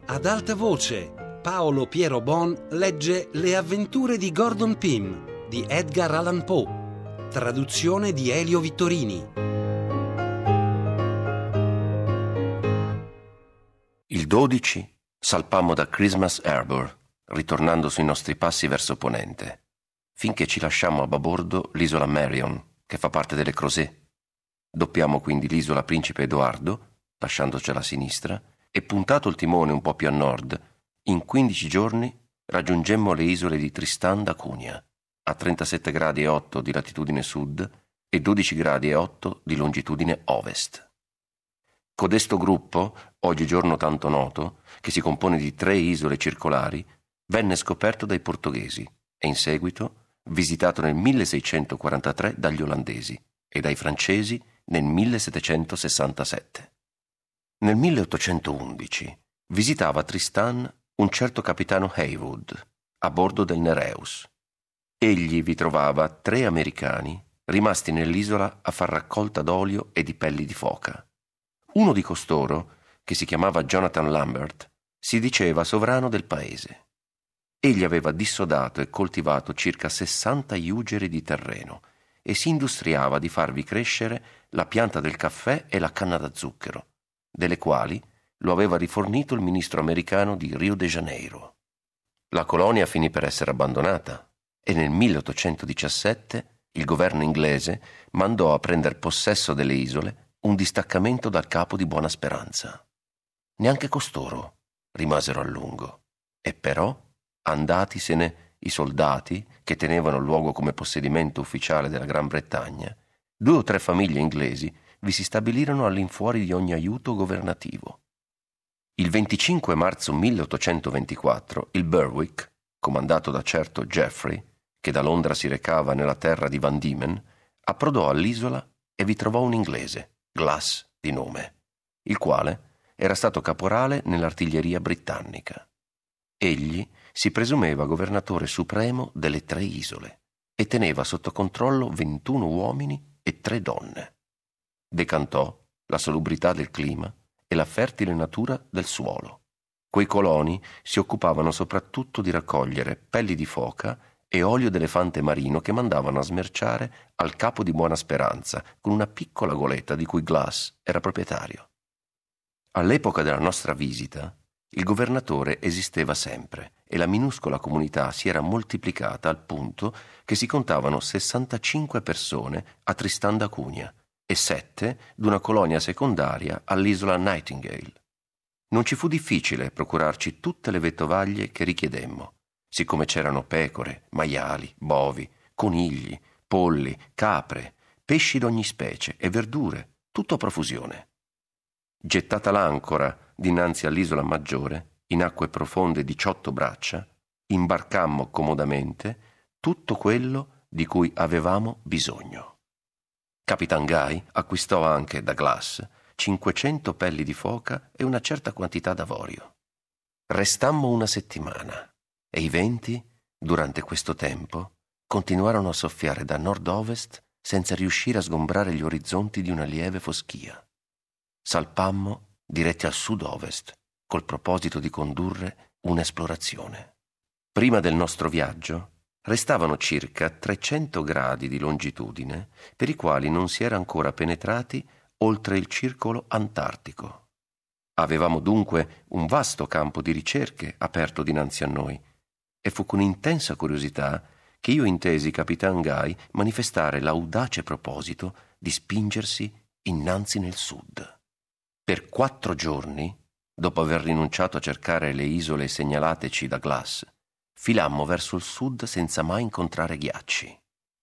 Ad alta voce, Paolo Piero Bon legge Le avventure di Gordon Pym di Edgar Allan Poe, traduzione di Elio Vittorini. Il 12 salpammo da Christmas Harbour, ritornando sui nostri passi verso ponente, finché ci lasciammo a babordo l'isola Marion, che fa parte delle Crozet. Doppiamo quindi l'isola Principe Edoardo, lasciandocela a sinistra, e puntato il timone un po' più a nord, in 15 giorni raggiungemmo le isole di Tristan da Cunha, a 37 gradi e 8 di latitudine sud e 12 gradi e 8 di longitudine ovest. Codesto gruppo, oggigiorno tanto noto, che si compone di 3 isole circolari, venne scoperto dai portoghesi e in seguito visitato nel 1643 dagli olandesi e dai francesi nel 1767. Nel 1811 visitava Tristan un certo capitano Haywood a bordo del Nereus. Egli vi trovava 3 americani rimasti nell'isola a far raccolta d'olio e di pelli di foca. Uno di costoro, che si chiamava Jonathan Lambert, si diceva sovrano del paese. Egli aveva dissodato e coltivato circa 60 iugeri di terreno e si industriava di farvi crescere la pianta del caffè e la canna da zucchero, delle quali lo aveva rifornito il ministro americano di Rio de Janeiro. La colonia finì per essere abbandonata e nel 1817 il governo inglese mandò a prender possesso delle isole un distaccamento dal Capo di Buona Speranza. Neanche costoro rimasero a lungo, e però, andatisene i soldati che tenevano il luogo come possedimento ufficiale della Gran Bretagna, 2 o 3 famiglie inglesi vi si stabilirono all'infuori di ogni aiuto governativo. Il 25 marzo 1824 il Berwick, comandato da certo Geoffrey, che da Londra si recava nella terra di Van Diemen, approdò all'isola e vi trovò un inglese, Glass di nome, il quale era stato caporale nell'artiglieria britannica. Egli si presumeva governatore supremo delle 3 isole e teneva sotto controllo 21 uomini e 3 donne. Decantò la salubrità del clima e la fertile natura del suolo. Quei coloni si occupavano soprattutto di raccogliere pelli di foca e olio d'elefante marino che mandavano a smerciare al Capo di Buona Speranza con una piccola goletta di cui Glass era proprietario. All'epoca della nostra visita, il governatore esisteva sempre e la minuscola comunità si era moltiplicata al punto che si contavano 65 persone a Tristan da Cunha e 7 d'una colonia secondaria all'isola Nightingale. Non ci fu difficile procurarci tutte le vettovaglie che richiedemmo, siccome c'erano pecore, maiali, bovi, conigli, polli, capre, pesci d'ogni specie e verdure, tutto a profusione. Gettata l'ancora dinanzi all'isola maggiore, in acque profonde 18 braccia, imbarcammo comodamente tutto quello di cui avevamo bisogno. Capitan Guy acquistò anche da Glass 500 pelli di foca e una certa quantità d'avorio. Restammo una settimana e i venti, durante questo tempo, continuarono a soffiare da nord-ovest senza riuscire a sgombrare gli orizzonti di una lieve foschia. Salpammo diretti al sud-ovest col proposito di condurre un'esplorazione. Prima del nostro viaggio restavano circa 300 gradi di longitudine per i quali non si era ancora penetrati oltre il circolo antartico. Avevamo dunque un vasto campo di ricerche aperto dinanzi a noi e fu con intensa curiosità che io intesi Capitan Guy manifestare l'audace proposito di spingersi innanzi nel sud. Per 4 giorni, dopo aver rinunciato a cercare le isole segnalateci da Glass, filammo verso il sud senza mai incontrare ghiacci.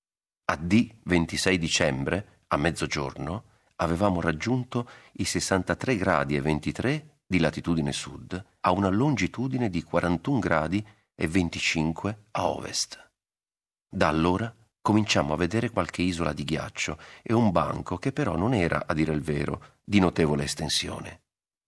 A D 26 dicembre, a mezzogiorno, avevamo raggiunto i 63 gradi e 23 di latitudine sud a una longitudine di 41 gradi e 25 a ovest. Da allora cominciammo a vedere qualche isola di ghiaccio e un banco che però non era, a dire il vero, di notevole estensione.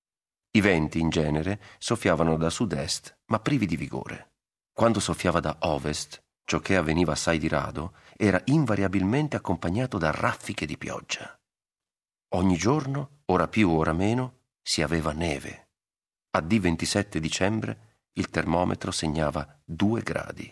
I venti, in genere, soffiavano da sud-est, ma privi di vigore. Quando soffiava da ovest, ciò che avveniva assai di rado, era invariabilmente accompagnato da raffiche di pioggia. Ogni giorno, ora più ora meno, si aveva neve. A D27 dicembre il termometro segnava 2 gradi.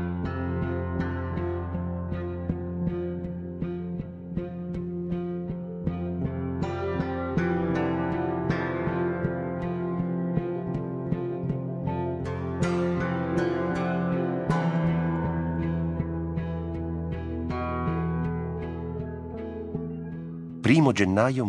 Primo gennaio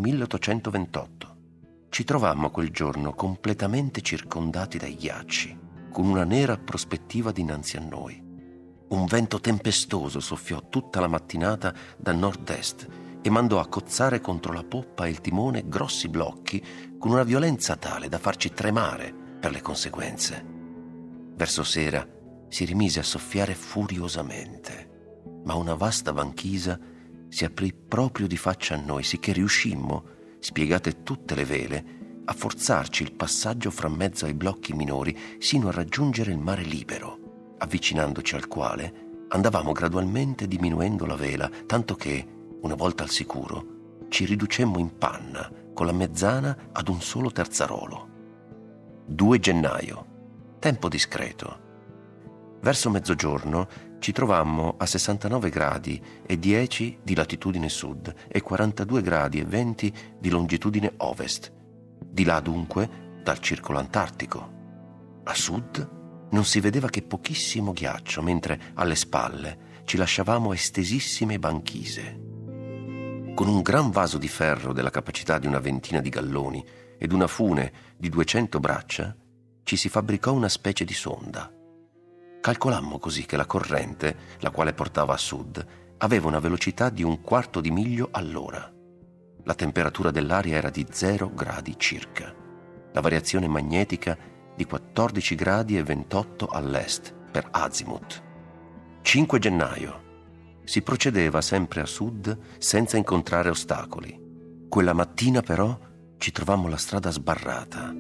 1828. Ci trovammo quel giorno completamente circondati dai ghiacci, con una nera prospettiva dinanzi a noi. Un vento tempestoso soffiò tutta la mattinata da nord-est e mandò a cozzare contro la poppa e il timone grossi blocchi con una violenza tale da farci tremare per le conseguenze. Verso sera si rimise a soffiare furiosamente, ma una vasta banchisa si aprì proprio di faccia a noi, sicché riuscimmo, spiegate tutte le vele, a forzarci il passaggio fra mezzo ai blocchi minori sino a raggiungere il mare libero, avvicinandoci al quale andavamo gradualmente diminuendo la vela, tanto che, una volta al sicuro, ci riducemmo in panna con la mezzana ad un solo terzarolo. 2 gennaio, tempo discreto. Verso mezzogiorno ci trovammo a 69 gradi e 10 di latitudine sud e 42 gradi e 20 di longitudine ovest, di là dunque dal circolo antartico. A sud non si vedeva che pochissimo ghiaccio, mentre alle spalle ci lasciavamo estesissime banchise. Con un gran vaso di ferro della capacità di una ventina di galloni ed una fune di 200 braccia ci si fabbricò una specie di sonda. Calcolammo così che la corrente, la quale portava a sud, aveva una velocità di 1/4 di miglio all'ora. La temperatura dell'aria era di 0 gradi circa. La variazione magnetica di 14 gradi e 28 all'est per azimuth. 5 gennaio. Si procedeva sempre a sud senza incontrare ostacoli. Quella mattina però ci trovammo la strada sbarrata.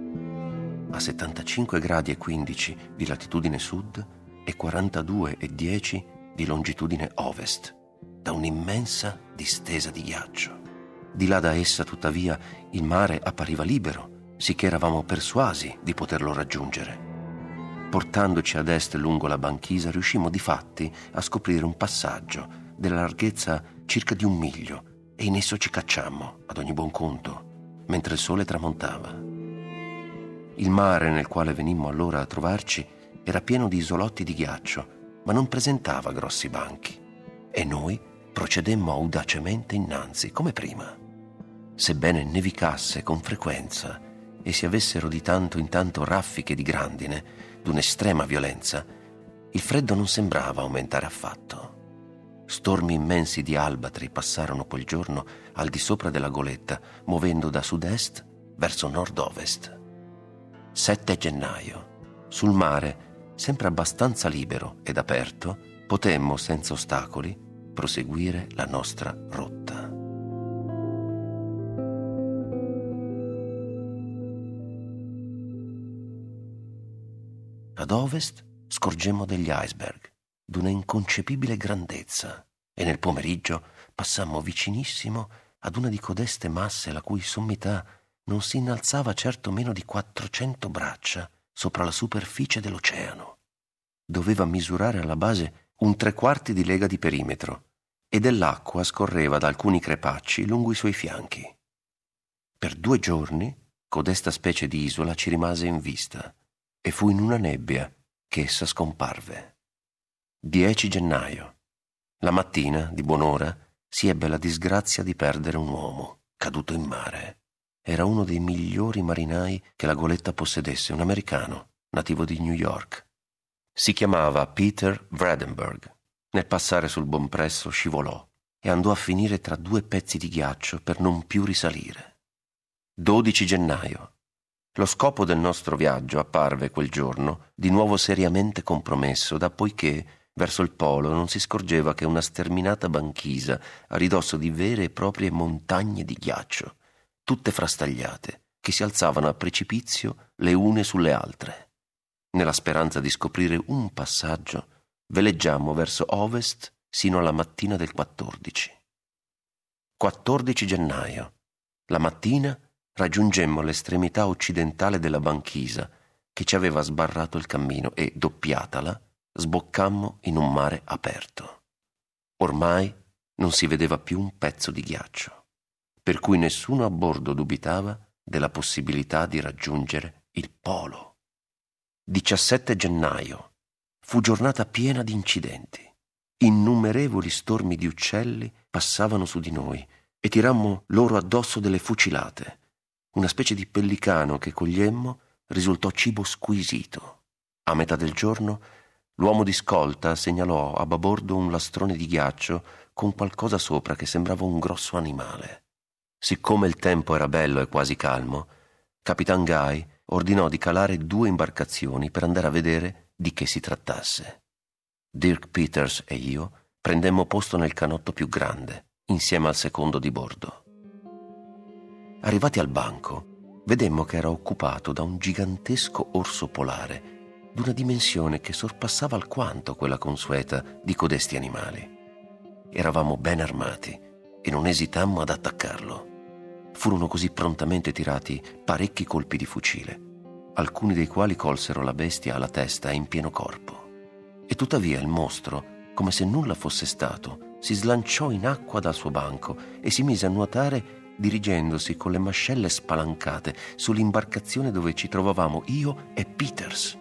A 75 gradi e 15 di latitudine sud e 42 e 10 di longitudine ovest, da un'immensa distesa di ghiaccio. Di là da essa, tuttavia, il mare appariva libero, sicché eravamo persuasi di poterlo raggiungere. Portandoci ad est lungo la banchisa, riuscimmo difatti a scoprire un passaggio della larghezza circa di 1 miglio e in esso ci cacciammo, ad ogni buon conto, mentre il sole tramontava. Il mare nel quale venimmo allora a trovarci era pieno di isolotti di ghiaccio, ma non presentava grossi banchi, e noi procedemmo audacemente innanzi, come prima. Sebbene nevicasse con frequenza e si avessero di tanto in tanto raffiche di grandine d'un'estrema violenza, il freddo non sembrava aumentare affatto. Stormi immensi di albatri passarono quel giorno al di sopra della goletta, muovendo da sud-est verso nord-ovest. 7 gennaio. Sul mare, sempre abbastanza libero ed aperto, potemmo, senza ostacoli, proseguire la nostra rotta. Ad ovest scorgemmo degli iceberg d'una inconcepibile grandezza e nel pomeriggio passammo vicinissimo ad una di codeste masse la cui sommità non si innalzava certo meno di 400 braccia sopra la superficie dell'oceano. Doveva misurare alla base 1/3 di lega di perimetro e dell'acqua scorreva da alcuni crepacci lungo i suoi fianchi. Per 2 giorni codesta specie di isola ci rimase in vista e fu in una nebbia che essa scomparve. 10 gennaio. La mattina, di buon'ora, si ebbe la disgrazia di perdere un uomo, caduto in mare. Era uno dei migliori marinai che la goletta possedesse, un americano, nativo di New York. Si chiamava Peter Vredenburg. Nel passare sul Bonpresso scivolò e andò a finire tra 2 pezzi di ghiaccio per non più risalire. 12 gennaio. Lo scopo del nostro viaggio apparve quel giorno di nuovo seriamente compromesso, dappoiché verso il polo non si scorgeva che una sterminata banchisa a ridosso di vere e proprie montagne di ghiaccio, tutte frastagliate, che si alzavano a precipizio le une sulle altre. Nella speranza di scoprire un passaggio, veleggiammo verso ovest sino alla mattina del 14. 14 gennaio. La mattina raggiungemmo l'estremità occidentale della banchisa che ci aveva sbarrato il cammino e, doppiatala, sboccammo in un mare aperto. Ormai non si vedeva più un pezzo di ghiaccio, per cui nessuno a bordo dubitava della possibilità di raggiungere il polo. 17 gennaio. Fu giornata piena di incidenti. Innumerevoli stormi di uccelli passavano su di noi e tirammo loro addosso delle fucilate. Una specie di pellicano che cogliemmo risultò cibo squisito. A metà del giorno l'uomo di scolta segnalò a babordo un lastrone di ghiaccio con qualcosa sopra che sembrava un grosso animale. Siccome il tempo era bello e quasi calmo, Capitan Guy ordinò di calare 2 imbarcazioni per andare a vedere di che si trattasse. Dirk Peters e io prendemmo posto nel canotto più grande, insieme al secondo di bordo. Arrivati al banco, vedemmo che era occupato da un gigantesco orso polare, d'una dimensione che sorpassava alquanto quella consueta di codesti animali. Eravamo ben armati e non esitammo ad attaccarlo. Furono così prontamente tirati parecchi colpi di fucile, alcuni dei quali colsero la bestia alla testa e in pieno corpo. E tuttavia il mostro, come se nulla fosse stato, si slanciò in acqua dal suo banco e si mise a nuotare dirigendosi con le mascelle spalancate sull'imbarcazione dove ci trovavamo io e Peters.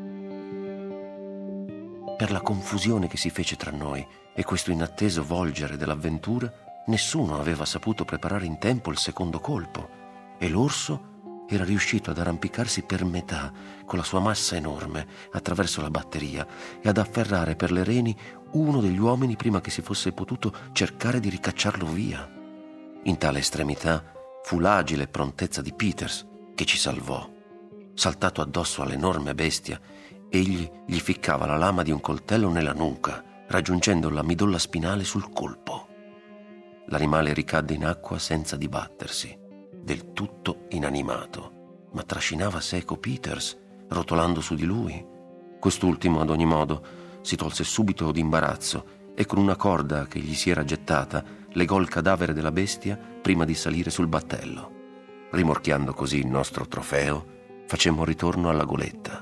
Per la confusione che si fece tra noi e questo inatteso volgere dell'avventura, nessuno aveva saputo preparare in tempo il secondo colpo e l'orso era riuscito ad arrampicarsi per metà con la sua massa enorme attraverso la batteria e ad afferrare per le reni uno degli uomini prima che si fosse potuto cercare di ricacciarlo via. In tale estremità fu l'agile prontezza di Peters che ci salvò. Saltato addosso all'enorme bestia, egli gli ficcava la lama di un coltello nella nuca, raggiungendo la midolla spinale sul colpo. L'animale ricadde in acqua senza dibattersi, del tutto inanimato, ma trascinava seco Peters, rotolando su di lui. Quest'ultimo, ad ogni modo, si tolse subito d'imbarazzo e con una corda che gli si era gettata legò il cadavere della bestia prima di salire sul battello. Rimorchiando così il nostro trofeo, facemmo ritorno alla goletta.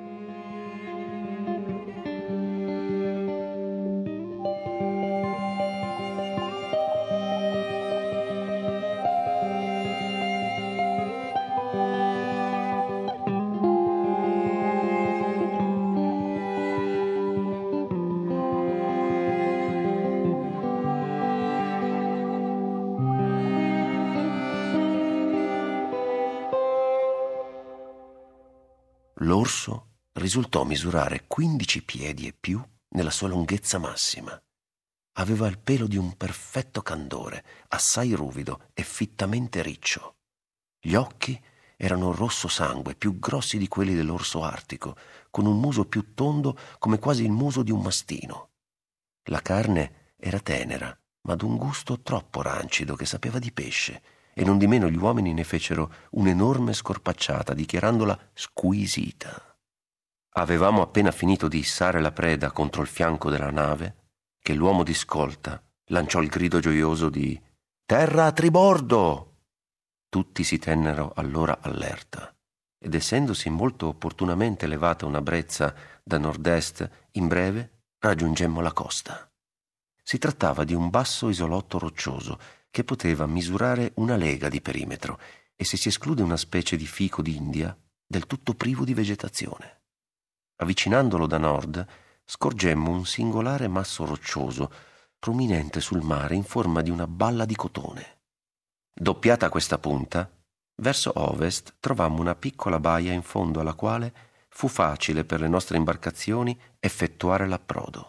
L'orso risultò misurare 15 piedi e più nella sua lunghezza massima. Aveva il pelo di un perfetto candore, assai ruvido e fittamente riccio. Gli occhi erano rosso sangue, più grossi di quelli dell'orso artico, con un muso più tondo come quasi il muso di un mastino. La carne era tenera, ma d'un gusto troppo rancido che sapeva di pesce, e nondimeno gli uomini ne fecero un'enorme scorpacciata, dichiarandola squisita. Avevamo appena finito di issare la preda contro il fianco della nave che l'uomo di scolta lanciò il grido gioioso di «Terra a tribordo!». Tutti si tennero allora allerta, ed essendosi molto opportunamente levata una brezza da nord-est, in breve raggiungemmo la costa. Si trattava di un basso isolotto roccioso che poteva misurare 1 lega di perimetro e, se si esclude una specie di fico d'India, del tutto privo di vegetazione. Avvicinandolo da nord, scorgemmo un singolare masso roccioso, prominente sul mare in forma di una balla di cotone. Doppiata questa punta, verso ovest trovammo una piccola baia in fondo alla quale fu facile per le nostre imbarcazioni effettuare l'approdo.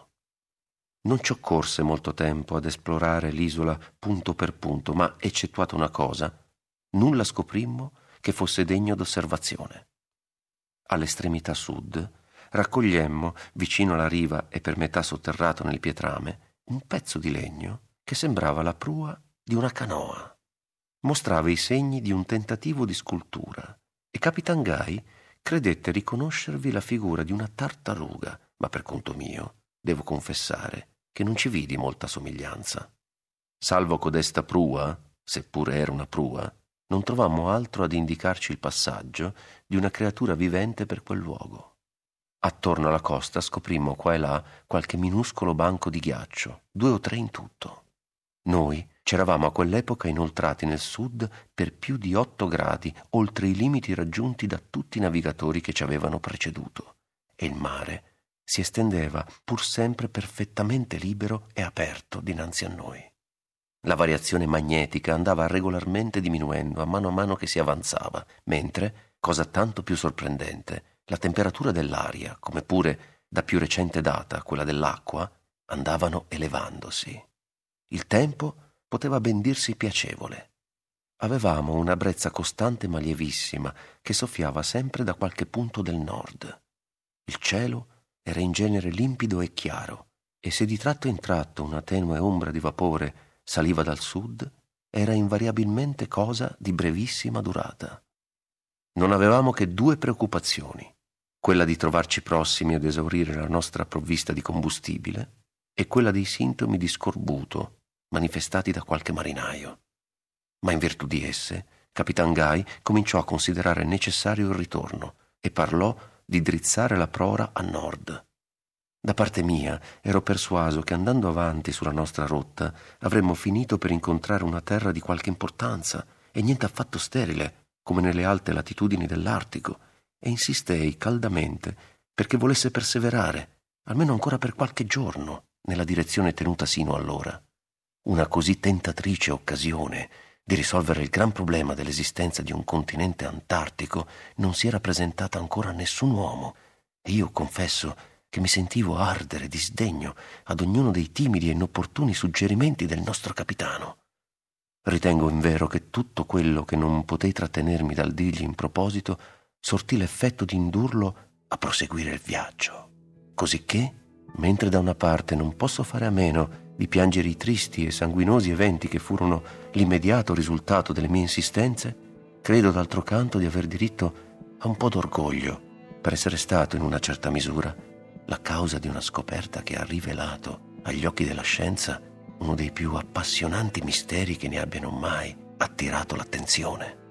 Non ci occorse molto tempo ad esplorare l'isola punto per punto, ma, eccettuata una cosa, nulla scoprimmo che fosse degno d'osservazione. All'estremità sud raccogliemmo, vicino alla riva e per metà sotterrato nel pietrame, un pezzo di legno che sembrava la prua di una canoa. Mostrava i segni di un tentativo di scultura e Capitan Guy credette riconoscervi la figura di una tartaruga, ma per conto mio devo confessare che non ci vidi molta somiglianza. Salvo codesta prua, seppure era una prua, non trovammo altro ad indicarci il passaggio di una creatura vivente per quel luogo. Attorno alla costa scoprimmo qua e là qualche minuscolo banco di ghiaccio, 2 o 3 in tutto. Noi c'eravamo a quell'epoca inoltrati nel sud per più di 8 gradi, oltre i limiti raggiunti da tutti i navigatori che ci avevano preceduto, e il mare si estendeva pur sempre perfettamente libero e aperto dinanzi a noi. La variazione magnetica andava regolarmente diminuendo a mano che si avanzava, mentre, cosa tanto più sorprendente, la temperatura dell'aria, come pure da più recente data quella dell'acqua, andavano elevandosi. Il tempo poteva ben dirsi piacevole. Avevamo una brezza costante ma lievissima che soffiava sempre da qualche punto del nord. Il cielo era in genere limpido e chiaro, e se di tratto in tratto una tenue ombra di vapore saliva dal sud, era invariabilmente cosa di brevissima durata. Non avevamo che 2 preoccupazioni, quella di trovarci prossimi ad esaurire la nostra provvista di combustibile e quella dei sintomi di scorbuto manifestati da qualche marinaio. Ma in virtù di esse, Capitan Guy cominciò a considerare necessario il ritorno e parlò di drizzare la prora a nord. Da parte mia ero persuaso che andando avanti sulla nostra rotta avremmo finito per incontrare una terra di qualche importanza e niente affatto sterile, come nelle alte latitudini dell'Artico, e insistei caldamente perché volesse perseverare, almeno ancora per qualche giorno, nella direzione tenuta sino allora. Una così tentatrice occasione di risolvere il gran problema dell'esistenza di un continente antartico non si era presentata ancora a nessun uomo, e io confesso che mi sentivo ardere di sdegno ad ognuno dei timidi e inopportuni suggerimenti del nostro capitano. Ritengo invero che tutto quello che non potei trattenermi dal dirgli in proposito sortì l'effetto di indurlo a proseguire il viaggio. Cosicché, mentre da una parte non posso fare a meno di piangere i tristi e sanguinosi eventi che furono l'immediato risultato delle mie insistenze, credo d'altro canto di aver diritto a un po' d'orgoglio per essere stato in una certa misura la causa di una scoperta che ha rivelato agli occhi della scienza uno dei più appassionanti misteri che ne abbiano mai attirato l'attenzione.